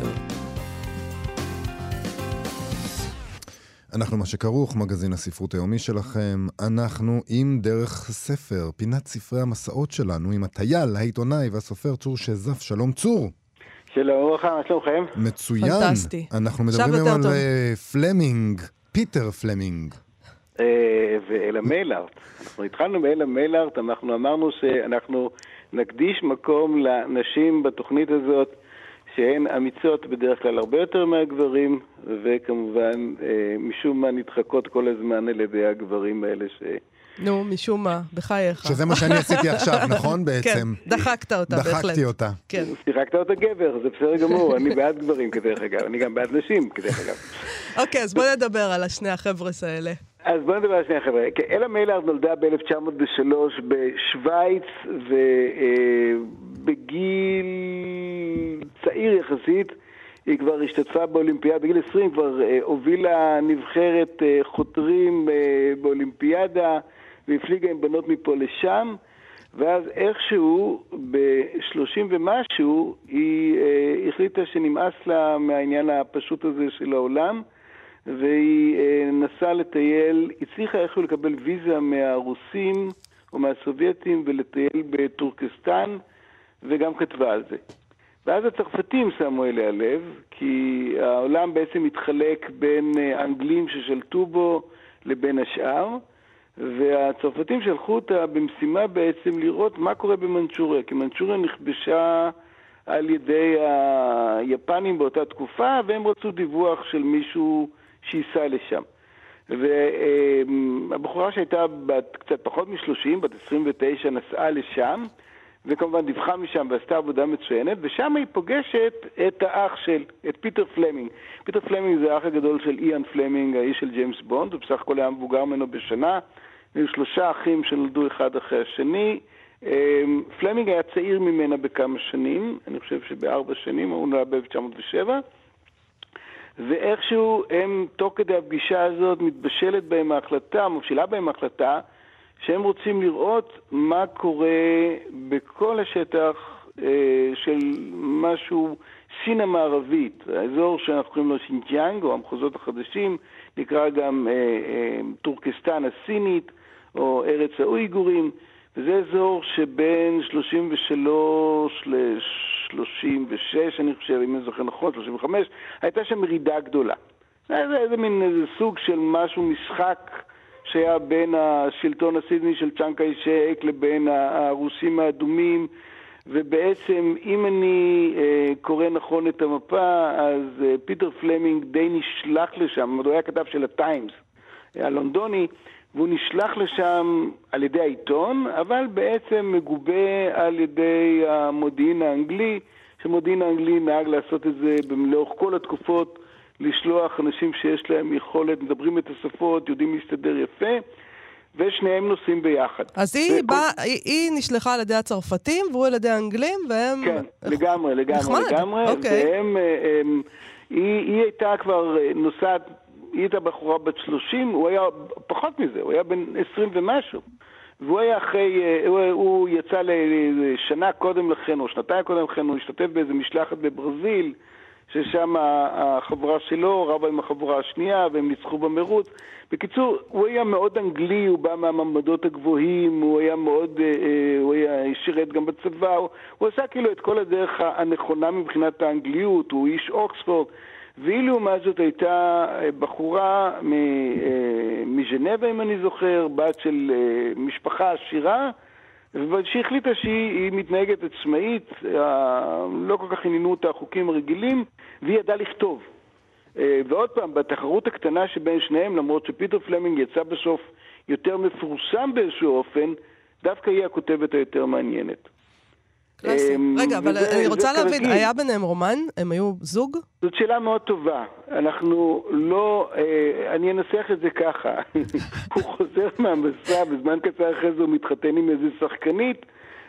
אנחנו מה שכרוך, מגזין הספרות היומי שלכם. אנחנו עם דרך הספר, פינת ספרי המסעות שלנו, עם הטייל, העיתונאי והסופר צור שזף. שלום צור. שלום וברכה, מה שלומכם? מצוין. פנטסטי. אנחנו מדברים היום על פלמינג, פיטר פלמינג. ואלה מיילארט. אנחנו התחלנו באלה מיילארט, אנחנו אמרנו שאנחנו נקדיש מקום לנשים בתוכנית הזאת, שהן אמיצות בדרך כלל הרבה יותר מהגברים, וכמובן משום מה נדחקות כל הזמן על ידי הגברים האלה ש... נו, משום מה, בחייך. שזה מה שאני עשיתי עכשיו, נכון בעצם? כן, דחקת אותה, בהחלט. דחקתי אותה. כן. שיחקת אותה גבר, זה בסדר גמור, אני בעד גברים כדרך אגב, אני גם בעד נשים כדרך אגב. אוקיי, אז בוא נדבר על השני החבר'ס האלה. אז בוא נדבר על שני החבר'ה. אלה מיילארד נולדה ב-אלף תשע מאות ושלוש בשוויץ, ובגיל צעיר יחסית, היא כבר השתתפה באולימפיאדה, בגיל עשרים כבר הובילה נבחרת חותרים באולימפיאדה, והפליגה עם בנות מפה לשם, ואז איכשהו, ב-שלושים ומשהו, היא החליטה שנמאס לה מהעניין הפשוט הזה של העולם, והיא נסעה לטייל, הצליחה איכשהו לקבל ויזה מהרוסים או מהסובייטים ולטייל בטורקסטן, וגם כתבה על זה. ואז הצרפתים שמו אליה לב, כי העולם בעצם מתחלק בין אנגלים ששלטו בו לבין השאר, והצרפתים שלחו אותה במשימה בעצם לראות מה קורה במנצ'וריה, כי מנצ'וריה נכבשה על ידי היפנים באותה תקופה, והם רצו דיווח של מישהו שייסע לשם. והבחורה שהייתה בת קצת פחות משלושים, בת עשרים ותשע, נסעה לשם, וכמובן דיווחה משם ועשתה עבודה מצוינת, ושם היא פוגשת את האח של, את פיטר פלמינג. פיטר פלמינג זה האח הגדול של איאן פלמינג, האיש של ג'יימס בונד, הוא בסך הכל היה מבוגר ממנו בשנה, היו שלושה אחים שנולדו אחד אחרי השני. פלמינג היה צעיר ממנה בכמה שנים, אני חושב שבארבע שנים, הוא נולד ב-אלף תשע מאות ושבע, ואיכשהו הם, תוך כדי הפגישה הזאת, מתבשלת בהם ההחלטה, מבשילה בהם ההחלטה, שהם רוצים לראות מה קורה בכל השטח אה, של משהו סין המערבית. האזור שאנחנו קוראים לו שינג'יאנג, או המחוזות החדשים, נקרא גם אה, אה, טורקסטן הסינית, או ארץ האויגורים, וזה אזור שבין שלושים ושלוש ל-שלושים ושש, אני חושב, אם אני זוכר נכון, שלושים וחמש, הייתה שם מרידה גדולה. זה איזה מין איזה סוג של משהו, משחק, שהיה בין השלטון הסידני של צ'אנג קאי שק לבין הרוסים האדומים, ובעצם אם אני אה, קורא נכון את המפה, אז אה, פיטר פלמינג די נשלח לשם, הוא היה כתב של הטיימס הלונדוני, והוא נשלח לשם על ידי העיתון, אבל בעצם מגובה על ידי המודיעין האנגלי, שמודיעין האנגלי נהג לעשות את זה לאורך כל התקופות, לשלוח אנשים שיש להם יכולת, מדברים את השפות, יודעים להסתדר יפה, ושניהם נוסעים ביחד. אז היא, וכל... בא, היא, היא נשלחה על ידי הצרפתים, והוא על ידי האנגלים, והם... כן, לגמרי, לגמרי, נחמד. לגמרי. אוקיי. והם, הם, היא, היא הייתה כבר נוסעת, היא הייתה בחורה בת שלושים, הוא היה פחות מזה, הוא היה בן עשרים ומשהו. והוא היה אחרי, הוא, הוא יצא לשנה קודם לכן, או שנתיים קודם לכן, הוא השתתף באיזה משלחת בברזיל, ששם החבורה שלו רבה עם החבורה השנייה, והם ניצחו במרוץ. בקיצור, הוא היה מאוד אנגלי, הוא בא מהמעמדות הגבוהים, הוא היה מאוד, הוא היה שירת גם בצבא, הוא, הוא עשה כאילו את כל הדרך הנכונה מבחינת האנגליות, הוא איש אוקספורד, ואילו מה זאת הייתה בחורה מז'נבה, אם אני זוכר, בת של משפחה עשירה, שהחליטה שהיא מתנהגת עצמאית, לא כל כך עניינו אותה החוקים הרגילים, והיא ידעה לכתוב. ועוד פעם, בתחרות הקטנה שבין שניהם, למרות שפיטר פלמינג יצא בסוף יותר מפורסם באיזשהו אופן, דווקא היא הכותבת היותר מעניינת. קלאסי. רגע, אבל אני רוצה להבין, היה ביניהם רומן? הם היו זוג? זאת שאלה מאוד טובה. אנחנו לא... אני אנסח את זה ככה. הוא חוזר מהמסע, בזמן קצר אחרי זה הוא מתחתן עם איזו שחקנית,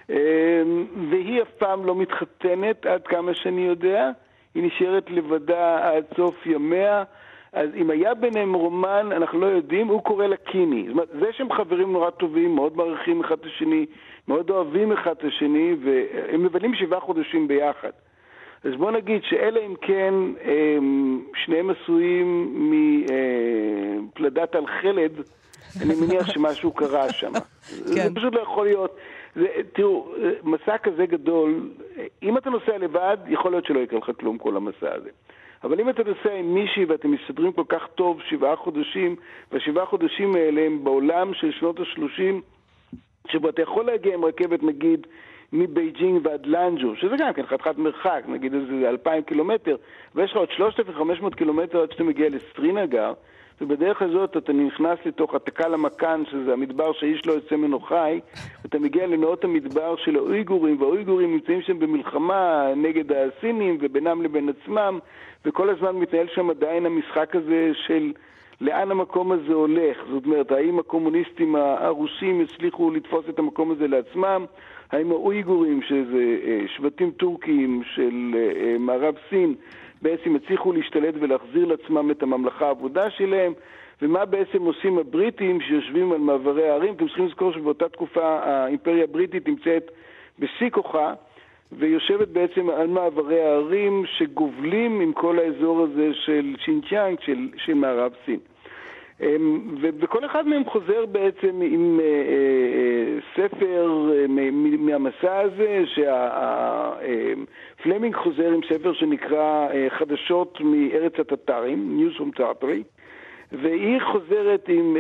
והיא אף פעם לא מתחתנת, עד כמה שאני יודע. היא נשארת לבדה עד סוף ימיה. אז אם היה ביניהם רומן, אנחנו לא יודעים, הוא קורא לה קיני. זאת אומרת, זה שהם חברים נורא טובים, מאוד מעריכים אחד את השני, מאוד אוהבים אחד את השני, והם מבלים שבעה חודשים ביחד. אז בוא נגיד שאלה אם כן, שניהם עשויים מפלדת על חלד, אני מניח שמשהו קרה שם. זה פשוט לא יכול להיות. זה, תראו, מסע כזה גדול, אם אתה נוסע לבד, יכול להיות שלא יקרה לך כלום כל המסע הזה. אבל אם אתה נוסע עם מישהי ואתם מסתדרים כל כך טוב שבעה חודשים, והשבעה חודשים האלה הם בעולם של שנות ה-שלושים, שבו אתה יכול להגיע עם רכבת נגיד מבייג'ינג ועד לנג'ו, שזה גם כן חתיכת מרחק, נגיד איזה אלפיים קילומטר, ויש לך עוד שלושת אלפים וחמש מאות קילומטר עד שאתה מגיע לסטרינגר, ובדרך הזאת אתה נכנס לתוך התקל המקן, שזה המדבר שאיש לא יוצא ממנו חי, ואתה מגיע לנאות המדבר של האויגורים, והאויגורים נמצאים שם במלחמה נגד הסינים ובינם לבין עצמם, וכל הזמן מתנהל שם עדיין המשחק הזה של לאן המקום הזה הולך. זאת אומרת, האם הקומוניסטים הרוסים הצליחו לתפוס את המקום הזה לעצמם, האם האויגורים, שזה שבטים טורקיים של מערב סין, בעצם הצליחו להשתלט ולהחזיר לעצמם את הממלכה העבודה שלהם, ומה בעצם עושים הבריטים שיושבים על מעברי הערים. אתם צריכים לזכור שבאותה תקופה האימפריה הבריטית נמצאת בשיא כוחה, ויושבת בעצם על מעברי הערים שגובלים עם כל האזור הזה של שינצ'יאנג, של, של מערב סין. וכל אחד מהם חוזר בעצם עם ספר מהמסע הזה, שהפלמינג חוזר עם ספר שנקרא חדשות מארץ הטטרים, News from Tartary, והיא חוזרת עם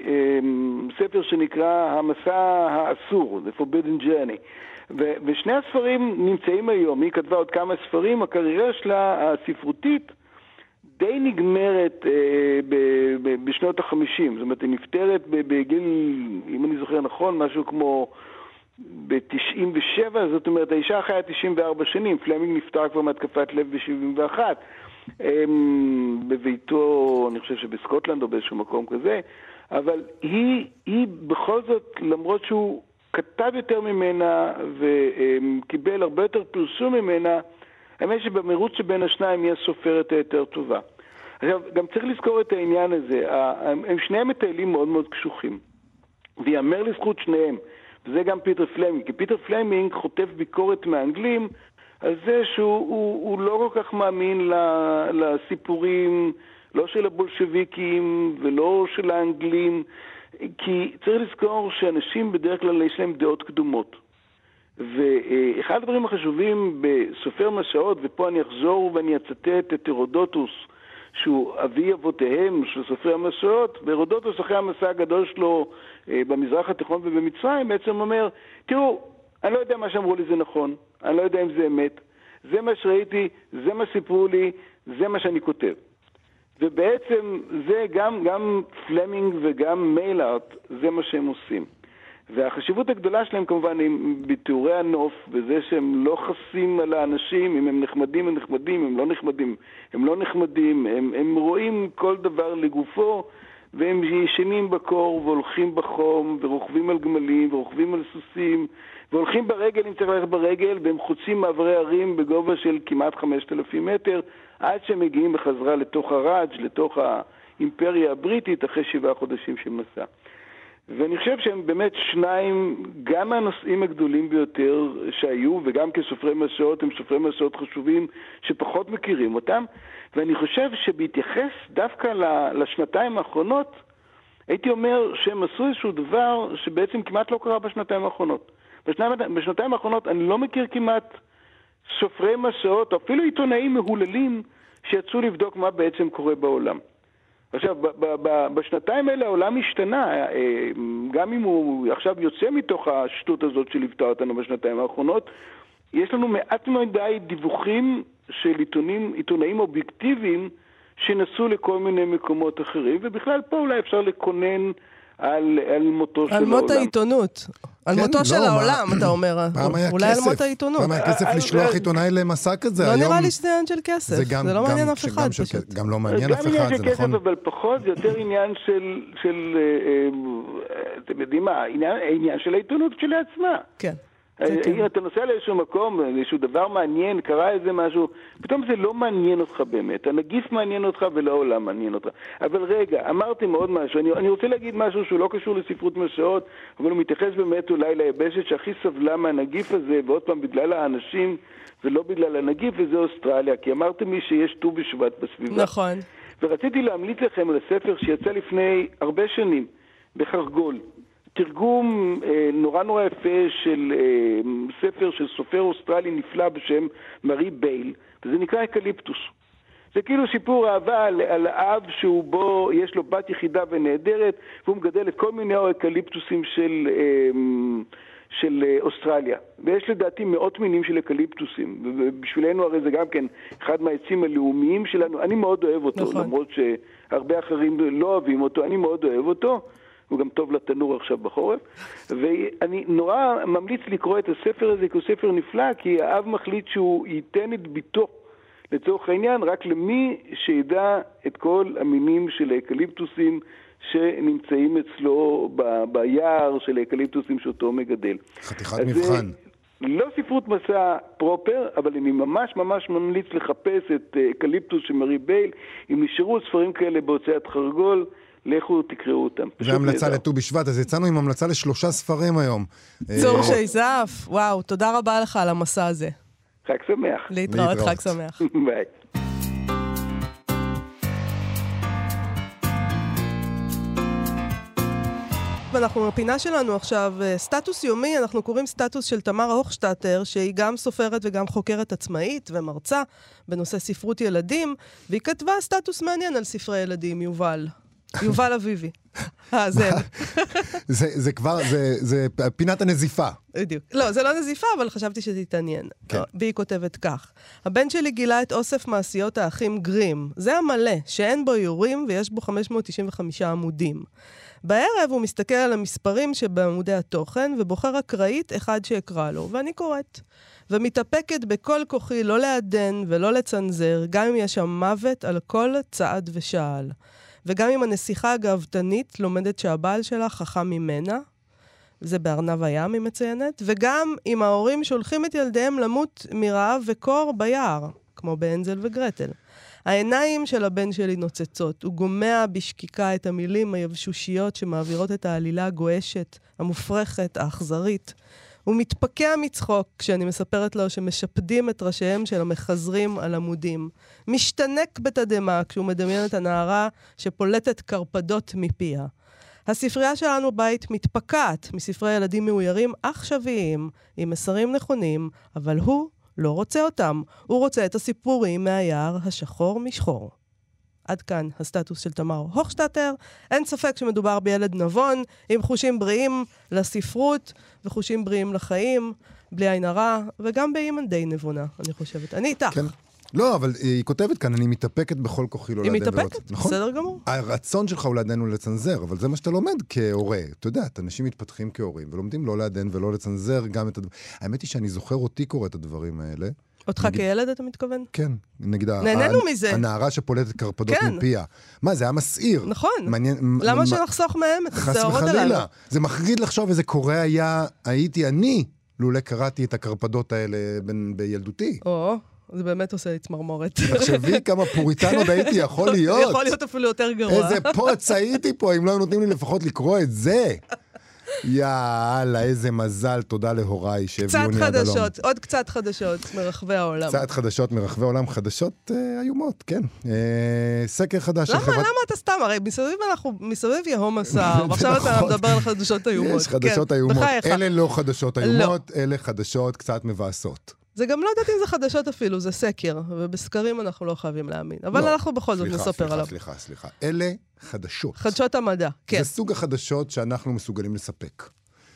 ספר שנקרא המסע האסור, The Forbidden Journey. ושני הספרים נמצאים היום, היא כתבה עוד כמה ספרים, הקריירה שלה הספרותית די נגמרת אה, ב- ב- בשנות החמישים, זאת אומרת, היא נפטרת בגיל, אם אני זוכר נכון, משהו כמו ב-תשעים ושבע, זאת אומרת, האישה חיה תשעים וארבע שנים, פלמינג נפטר כבר מהתקפת לב ב-שבעים ואחת, אה, בביתו, אני חושב שבסקוטלנד או באיזשהו מקום כזה, אבל היא, היא בכל זאת, למרות שהוא כתב יותר ממנה וקיבל הרבה יותר פרסום ממנה, האמת שבמרוץ שבין השניים היא הסופרת היותר טובה. עכשיו, גם צריך לזכור את העניין הזה. הם שניהם מטיילים מאוד מאוד קשוחים. ויאמר לזכות שניהם, וזה גם פיטר פלמינג, כי פיטר פלמינג חוטף ביקורת מהאנגלים על זה שהוא הוא, הוא לא כל כך מאמין לסיפורים, לא של הבולשוויקים ולא של האנגלים, כי צריך לזכור שאנשים בדרך כלל יש להם דעות קדומות. ואחד הדברים החשובים בסופר מסעות, ופה אני אחזור ואני אצטט את הרודוטוס, שהוא אבי אבותיהם של סופרי המסעות, והרודוטוס אחרי המסע הגדול שלו במזרח התיכון ובמצרים, בעצם אומר, תראו, אני לא יודע מה שאמרו לי זה נכון, אני לא יודע אם זה אמת, זה מה שראיתי, זה מה סיפרו לי, זה מה שאני כותב. ובעצם זה גם, גם פלמינג וגם מיילארט, זה מה שהם עושים. והחשיבות הגדולה שלהם כמובן היא בתיאורי הנוף, בזה שהם לא חסים על האנשים, אם הם נחמדים הם נחמדים, הם לא נחמדים, הם לא נחמדים, הם, הם רואים כל דבר לגופו, והם ישנים בקור והולכים בחום, ורוכבים על גמלים, ורוכבים על סוסים, והולכים ברגל אם צריך ללכת ברגל, והם חוצים מעברי ערים בגובה של כמעט חמשת אלפים מטר, עד שהם מגיעים בחזרה לתוך הראג', לתוך האימפריה הבריטית, אחרי שבעה חודשים של מסע. ואני חושב שהם באמת שניים, גם מהנושאים הגדולים ביותר שהיו, וגם כסופרי מסעות, הם סופרי מסעות חשובים שפחות מכירים אותם, ואני חושב שבהתייחס דווקא לשנתיים האחרונות, הייתי אומר שהם עשו איזשהו דבר שבעצם כמעט לא קרה בשנתיים האחרונות. בשנתיים, בשנתיים האחרונות אני לא מכיר כמעט סופרי מסעות, או אפילו עיתונאים מהוללים, שיצאו לבדוק מה בעצם קורה בעולם. עכשיו, ב- ב- ב- בשנתיים האלה העולם השתנה, גם אם הוא עכשיו יוצא מתוך השטות הזאת שליוותה אותנו בשנתיים האחרונות, יש לנו מעט מדי דיווחים של עיתונים, עיתונאים אובייקטיביים שנסעו לכל מיני מקומות אחרים, ובכלל פה אולי אפשר לקונן על, על מותו של העולם. על העולם. מות העיתונות. על כן, מותו לא, של מה- העולם, אתה אומר. פעם היה אולי על כסף. מות העיתונות. פעם היה כסף אה, לשלוח אה, עיתונאי למסע כזה. לא היום נראה לי שזה עניין של כסף. זה לא מעניין אף אחד של- פשוט. גם לא מעניין גם אף עניין אחד, של זה כסף, נכון. אבל פחות, זה יותר עניין של, של אה, אה, אתם יודעים מה, עניין, עניין של העיתונות כשלעצמה. כן. זה כן. אם אתה נוסע לאיזשהו מקום, איזשהו דבר מעניין, קרה איזה משהו, פתאום זה לא מעניין אותך באמת. הנגיף מעניין אותך ולא העולם מעניין אותך. אבל רגע, אמרתי מאוד משהו. אני, אני רוצה להגיד משהו שהוא לא קשור לספרות מסעות, אבל הוא מתייחס באמת אולי ליבשת שהכי סבלה מהנגיף הזה, ועוד פעם בגלל האנשים ולא בגלל הנגיף, וזה אוסטרליה. כי אמרתם לי שיש ט"ו בשבט בסביבה. נכון. ורציתי להמליץ לכם על הספר שיצא לפני הרבה שנים, בחרגול. תרגום אה, נורא נורא יפה של אה, ספר של סופר אוסטרלי נפלא בשם מארי בייל, וזה נקרא אקליפטוס. זה כאילו סיפור אהבה על, על אב שהוא בו, יש לו בת יחידה ונהדרת, והוא מגדל את כל מיני אקליפטוסים של, אה, של אה, אוסטרליה. ויש לדעתי מאות מינים של אקליפטוסים, ובשבילנו הרי זה גם כן אחד מהעצים הלאומיים שלנו. אני מאוד אוהב אותו, נכון. למרות שהרבה אחרים לא אוהבים אותו, אני מאוד אוהב אותו. הוא גם טוב לתנור עכשיו בחורף, ואני נורא ממליץ לקרוא את הספר הזה, כי הוא ספר נפלא, כי האב מחליט שהוא ייתן את ביתו, לצורך העניין, רק למי שידע את כל המינים של האקליפטוסים שנמצאים אצלו ב- ביער של האקליפטוסים שאותו מגדל. חתיכת אז מבחן. לא ספרות מסע פרופר, אבל אני ממש ממש ממליץ לחפש את אקליפטוס של מארי בייל. אם נשארו ספרים כאלה בהוצאת חרגול, לכו תקראו אותם. והמלצה לט"ו בשבט, אז יצאנו עם המלצה לשלושה ספרים היום. צור אה, שייזף, וואו, תודה רבה לך על המסע הזה. חג שמח. להתראות, להתראות. חג שמח. ביי. ואנחנו בפינה שלנו עכשיו, סטטוס יומי, אנחנו קוראים סטטוס של תמר הוכשטטר, שהיא גם סופרת וגם חוקרת עצמאית ומרצה בנושא ספרות ילדים, והיא כתבה סטטוס מעניין על ספרי ילדים, יובל. יובל אביבי. אה, זה... זה זה כבר, זה זה פינת הנזיפה. בדיוק. לא, זה לא נזיפה, אבל חשבתי שתתעניין. כן. והיא כותבת כך: הבן שלי גילה את אוסף מעשיות האחים גרים. זה המלא, שאין בו איורים ויש בו חמש מאות תשעים וחמישה עמודים. בערב הוא מסתכל על המספרים שבעמודי התוכן ובוחר אקראית אחד שיקרא לו, ואני קוראת. ומתאפקת בכל כוחי לא לעדן ולא לצנזר, גם אם יש שם מוות על כל צעד ושעל. וגם אם הנסיכה הגאוותנית לומדת שהבעל שלה חכם ממנה, זה בארנב הים היא מציינת, וגם אם ההורים שולחים את ילדיהם למות מרעב וקור ביער, כמו באנזל וגרטל. העיניים של הבן שלי נוצצות, הוא גומע בשקיקה את המילים היבשושיות שמעבירות את העלילה הגועשת, המופרכת, האכזרית. הוא מתפקע מצחוק כשאני מספרת לו שמשפדים את ראשיהם של המחזרים על עמודים. משתנק בתדמה כשהוא מדמיין את הנערה שפולטת קרפדות מפיה. הספרייה שלנו בית מתפקעת מספרי ילדים מאוירים עכשוויים, עם מסרים נכונים, אבל הוא לא רוצה אותם. הוא רוצה את הסיפורים מהיער השחור משחור. עד כאן הסטטוס של תמר הוכשטטר. אין ספק שמדובר בילד נבון, עם חושים בריאים לספרות, וחושים בריאים לחיים, בלי עין הרע, וגם באימא די נבונה, אני חושבת. אני איתך. כן. לא, אבל היא כותבת כאן, אני מתאפקת בכל כוחי לא היא לעדן ולא... מתאפקת? נכון? בסדר גמור. הרצון שלך הוא לעדן ולצנזר, אבל זה מה שאתה לומד כהורה. אתה יודע, אנשים מתפתחים כהורים, ולומדים לא לעדן ולא לצנזר גם את הדברים. האמת היא שאני זוכר אותי קורא את הדברים האלה. אותך כילד אתה מתכוון? כן, נגיד... נהנינו מזה. הנערה שפולטת קרפדות כן. מפיה. מה, זה היה מסעיר. נכון. מעניין... למה מה- שנחסוך מהם את חס השערות הללו? וחלילה. זה מחריד לחשוב איזה קורא היה, הייתי אני, לולא קראתי את הקרפדות האלה ב- בילדותי. או, זה באמת עושה לי צמרמורת. תחשבי כמה פוריטן עוד הייתי יכול להיות. יכול להיות אפילו יותר גרוע. איזה פוץ הייתי פה, אם לא היו נותנים לי לפחות לקרוא את זה. יאללה, איזה מזל, תודה להוריי שהביאוני קצת עד הלום. חדשות, עוד קצת חדשות מרחבי העולם. קצת חדשות מרחבי העולם, חדשות אה, איומות, כן. אה, סקר חדש של למה, חברת... למה אתה סתם? הרי מסביב אנחנו, מסביב יהום השר, ועכשיו אתה מדבר על חדשות איומות. יש חדשות כן, איומות. בחייך. אלה לא חדשות איומות, אלה חדשות קצת מבאסות. זה גם לא יודעת אם זה חדשות אפילו, זה סקר, ובסקרים אנחנו לא חייבים להאמין. אבל לא. אנחנו בכל זאת סליחה, נספר סליחה, עליו. סליחה, סליחה. אלה חדשות. חדשות המדע, כן. זה סוג החדשות שאנחנו מסוגלים לספק.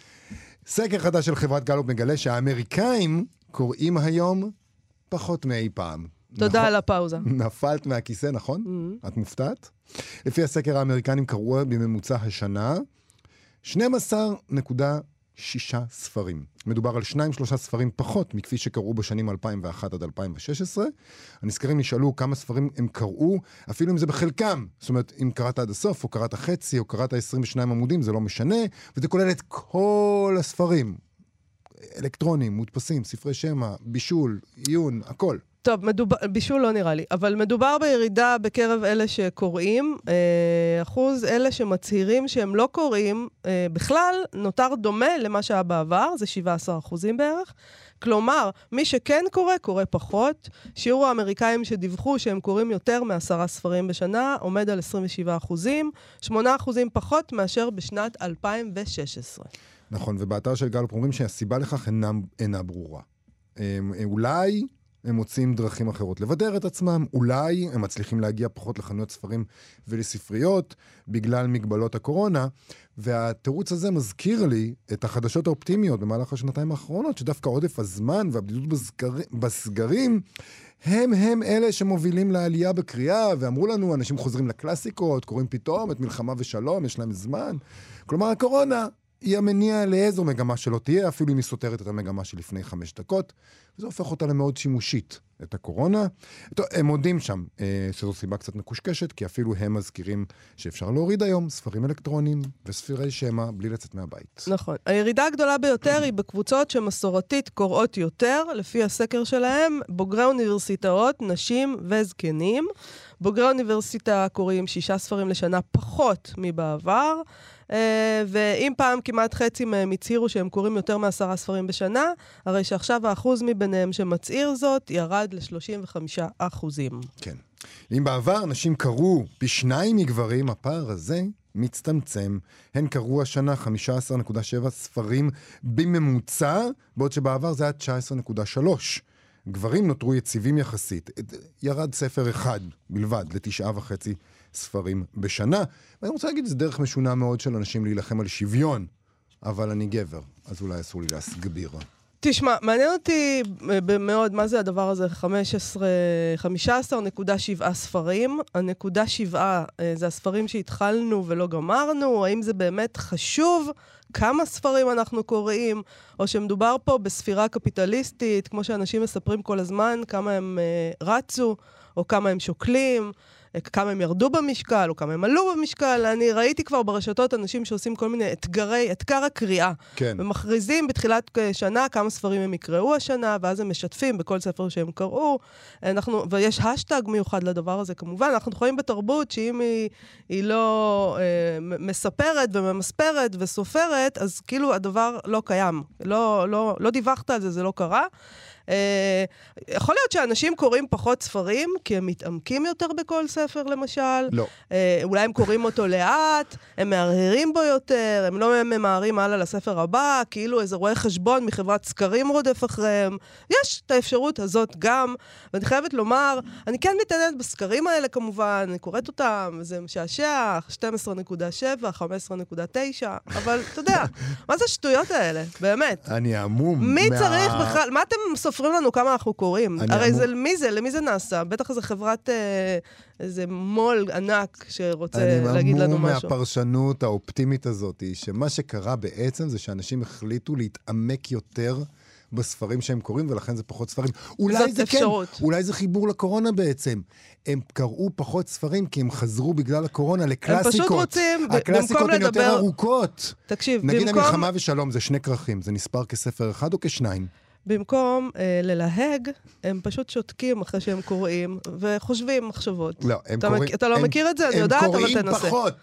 סקר חדש של חברת גלופ מגלה שהאמריקאים קוראים היום פחות מאי פעם. תודה נכון? על הפאוזה. נפלת מהכיסא, נכון? Mm-hmm. את מופתעת? לפי הסקר האמריקנים קראו בממוצע השנה שנים עשר נקודה שש ספרים. מדובר על שניים שלושה ספרים פחות מכפי שקראו בשנים אלפיים ואחת עד אלפיים ושש עשרה. הנזכרים נשאלו כמה ספרים הם קראו, אפילו אם זה בחלקם. זאת אומרת, אם קראת עד הסוף, או קראת חצי, או קראת עשרים ושניים עמודים, זה לא משנה, וזה כולל את כל הספרים. אלקטרונים, מודפסים, ספרי שמע, בישול, עיון, הכל. טוב, מדובר, בישול לא נראה לי, אבל מדובר בירידה בקרב אלה שקוראים, אה, אחוז אלה שמצהירים שהם לא קוראים, אה, בכלל נותר דומה למה שהיה בעבר, זה שבעה עשר אחוזים בערך. כלומר, מי שכן קורא, קורא פחות. שיעור האמריקאים שדיווחו שהם קוראים יותר מעשרה ספרים בשנה, עומד על עשרים ושבעה אחוזים, שמונה אחוזים פחות מאשר בשנת אלפיים ושש עשרה. נכון, ובאתר של גלופ אומרים שהסיבה לכך אינה, אינה ברורה. הם, אולי הם מוצאים דרכים אחרות לבדר את עצמם, אולי הם מצליחים להגיע פחות לחנויות ספרים ולספריות בגלל מגבלות הקורונה, והתירוץ הזה מזכיר לי את החדשות האופטימיות במהלך השנתיים האחרונות, שדווקא עודף הזמן והבדידות בסגר, בסגרים הם הם אלה שמובילים לעלייה בקריאה, ואמרו לנו, אנשים חוזרים לקלאסיקות, קוראים פתאום את מלחמה ושלום, יש להם זמן. כלומר, הקורונה היא המניע לאיזו מגמה שלא תהיה, אפילו אם היא סותרת את המגמה שלפני חמש דקות, וזה הופך אותה למאוד שימושית, את הקורונה. טוב, הם מודים שם אה, שזו סיבה קצת מקושקשת, כי אפילו הם מזכירים שאפשר להוריד היום ספרים אלקטרונים וספרי שמע בלי לצאת מהבית. נכון. הירידה הגדולה ביותר היא בקבוצות שמסורתית קוראות יותר, לפי הסקר שלהם, בוגרי אוניברסיטאות, נשים וזקנים. בוגרי אוניברסיטה קוראים שישה ספרים לשנה פחות מבעבר, ואם פעם כמעט חצי מהם הצהירו שהם קוראים יותר מעשרה ספרים בשנה, הרי שעכשיו האחוז מביניהם שמצהיר זאת ירד ל-שלושים וחמישה אחוזים. כן. אם בעבר נשים קראו פי שניים מגברים, הפער הזה מצטמצם. הן קראו השנה חמישה עשר נקודה שבע ספרים בממוצע, בעוד שבעבר זה היה תשע עשרה נקודה שלוש. גברים נותרו יציבים יחסית. ירד ספר אחד בלבד לתשעה וחצי ספרים בשנה. ואני רוצה להגיד, זה דרך משונה מאוד של אנשים להילחם על שוויון, אבל אני גבר, אז אולי אסור לי להסגביר. תשמע, מעניין אותי מאוד מה זה הדבר הזה, חמש עשרה נקודה שבע ספרים. הנקודה שבע זה הספרים שהתחלנו ולא גמרנו, האם זה באמת חשוב? כמה ספרים אנחנו קוראים, או שמדובר פה בספירה קפיטליסטית, כמו שאנשים מספרים כל הזמן, כמה הם uh, רצו, או כמה הם שוקלים, כמה הם ירדו במשקל, או כמה הם עלו במשקל. אני ראיתי כבר ברשתות אנשים שעושים כל מיני אתגרי, אתגר הקריאה. כן. ומכריזים בתחילת שנה כמה ספרים הם יקראו השנה, ואז הם משתפים בכל ספר שהם קראו. אנחנו, ויש השטג מיוחד לדבר הזה כמובן. אנחנו חיים בתרבות שאם היא, היא לא אה, מספרת וממספרת וסופרת, אז כאילו הדבר לא קיים. לא, לא, לא דיווחת על זה, זה לא קרה. Uh, יכול להיות שאנשים קוראים פחות ספרים, כי הם מתעמקים יותר בכל ספר, למשל. לא. Uh, אולי הם קוראים אותו לאט, הם מהרהרים בו יותר, הם לא ממהרים הלאה לספר הבא, כאילו איזה רואה חשבון מחברת סקרים רודף אחריהם. יש את האפשרות הזאת גם, ואני חייבת לומר, אני כן מתעניינת בסקרים האלה כמובן, אני קוראת אותם, זה משעשע, שתים עשרה נקודה שבע, חמש עשרה נקודה תשע, אבל אתה יודע, מה זה השטויות האלה? באמת. אני עמום. מי מה... צריך בכלל? מה אתם סופרים לנו כמה אנחנו קוראים? הרי עמום... זה, מי זה? למי זה נעשה? בטח איזה חברת, אה, איזה מול ענק שרוצה להגיד לנו משהו. אני עמום מהפרשנות האופטימית הזאת, שמה שקרה בעצם זה שאנשים החליטו להתעמק יותר בספרים שהם קוראים, ולכן זה פחות ספרים. אולי זה אפשרות. כן, אולי זה חיבור לקורונה בעצם. הם קראו פחות ספרים, כי הם חזרו בגלל הקורונה לקלאסיקות. הם פשוט רוצים, הקלאסיקות הן יותר ארוכות. תקשיב, נגיד במקום... המלחמה ושלום, זה שני כרכים, זה נספר כספר אחד או כשניים? במקום אה, ללהג, הם פשוט שותקים אחרי שהם קוראים, וחושבים מחשבות. לא, הם אתה, קוראים... מק... אתה לא הם, מכיר את זה? אני יודעת, אבל תנסה. הם קוראים פחות.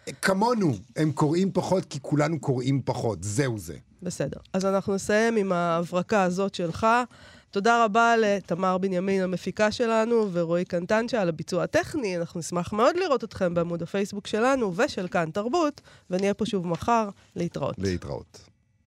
כמונו, הם קוראים פחות כי כולנו קוראים פחות, זהו זה. בסדר. אז אנחנו נסיים עם ההברקה הזאת שלך. תודה רבה לתמר בנימין, המפיקה שלנו, ורועי קנטנצ'ה על הביצוע הטכני. אנחנו נשמח מאוד לראות אתכם בעמוד הפייסבוק שלנו ושל כאן תרבות, ונהיה פה שוב מחר להתראות. להתראות.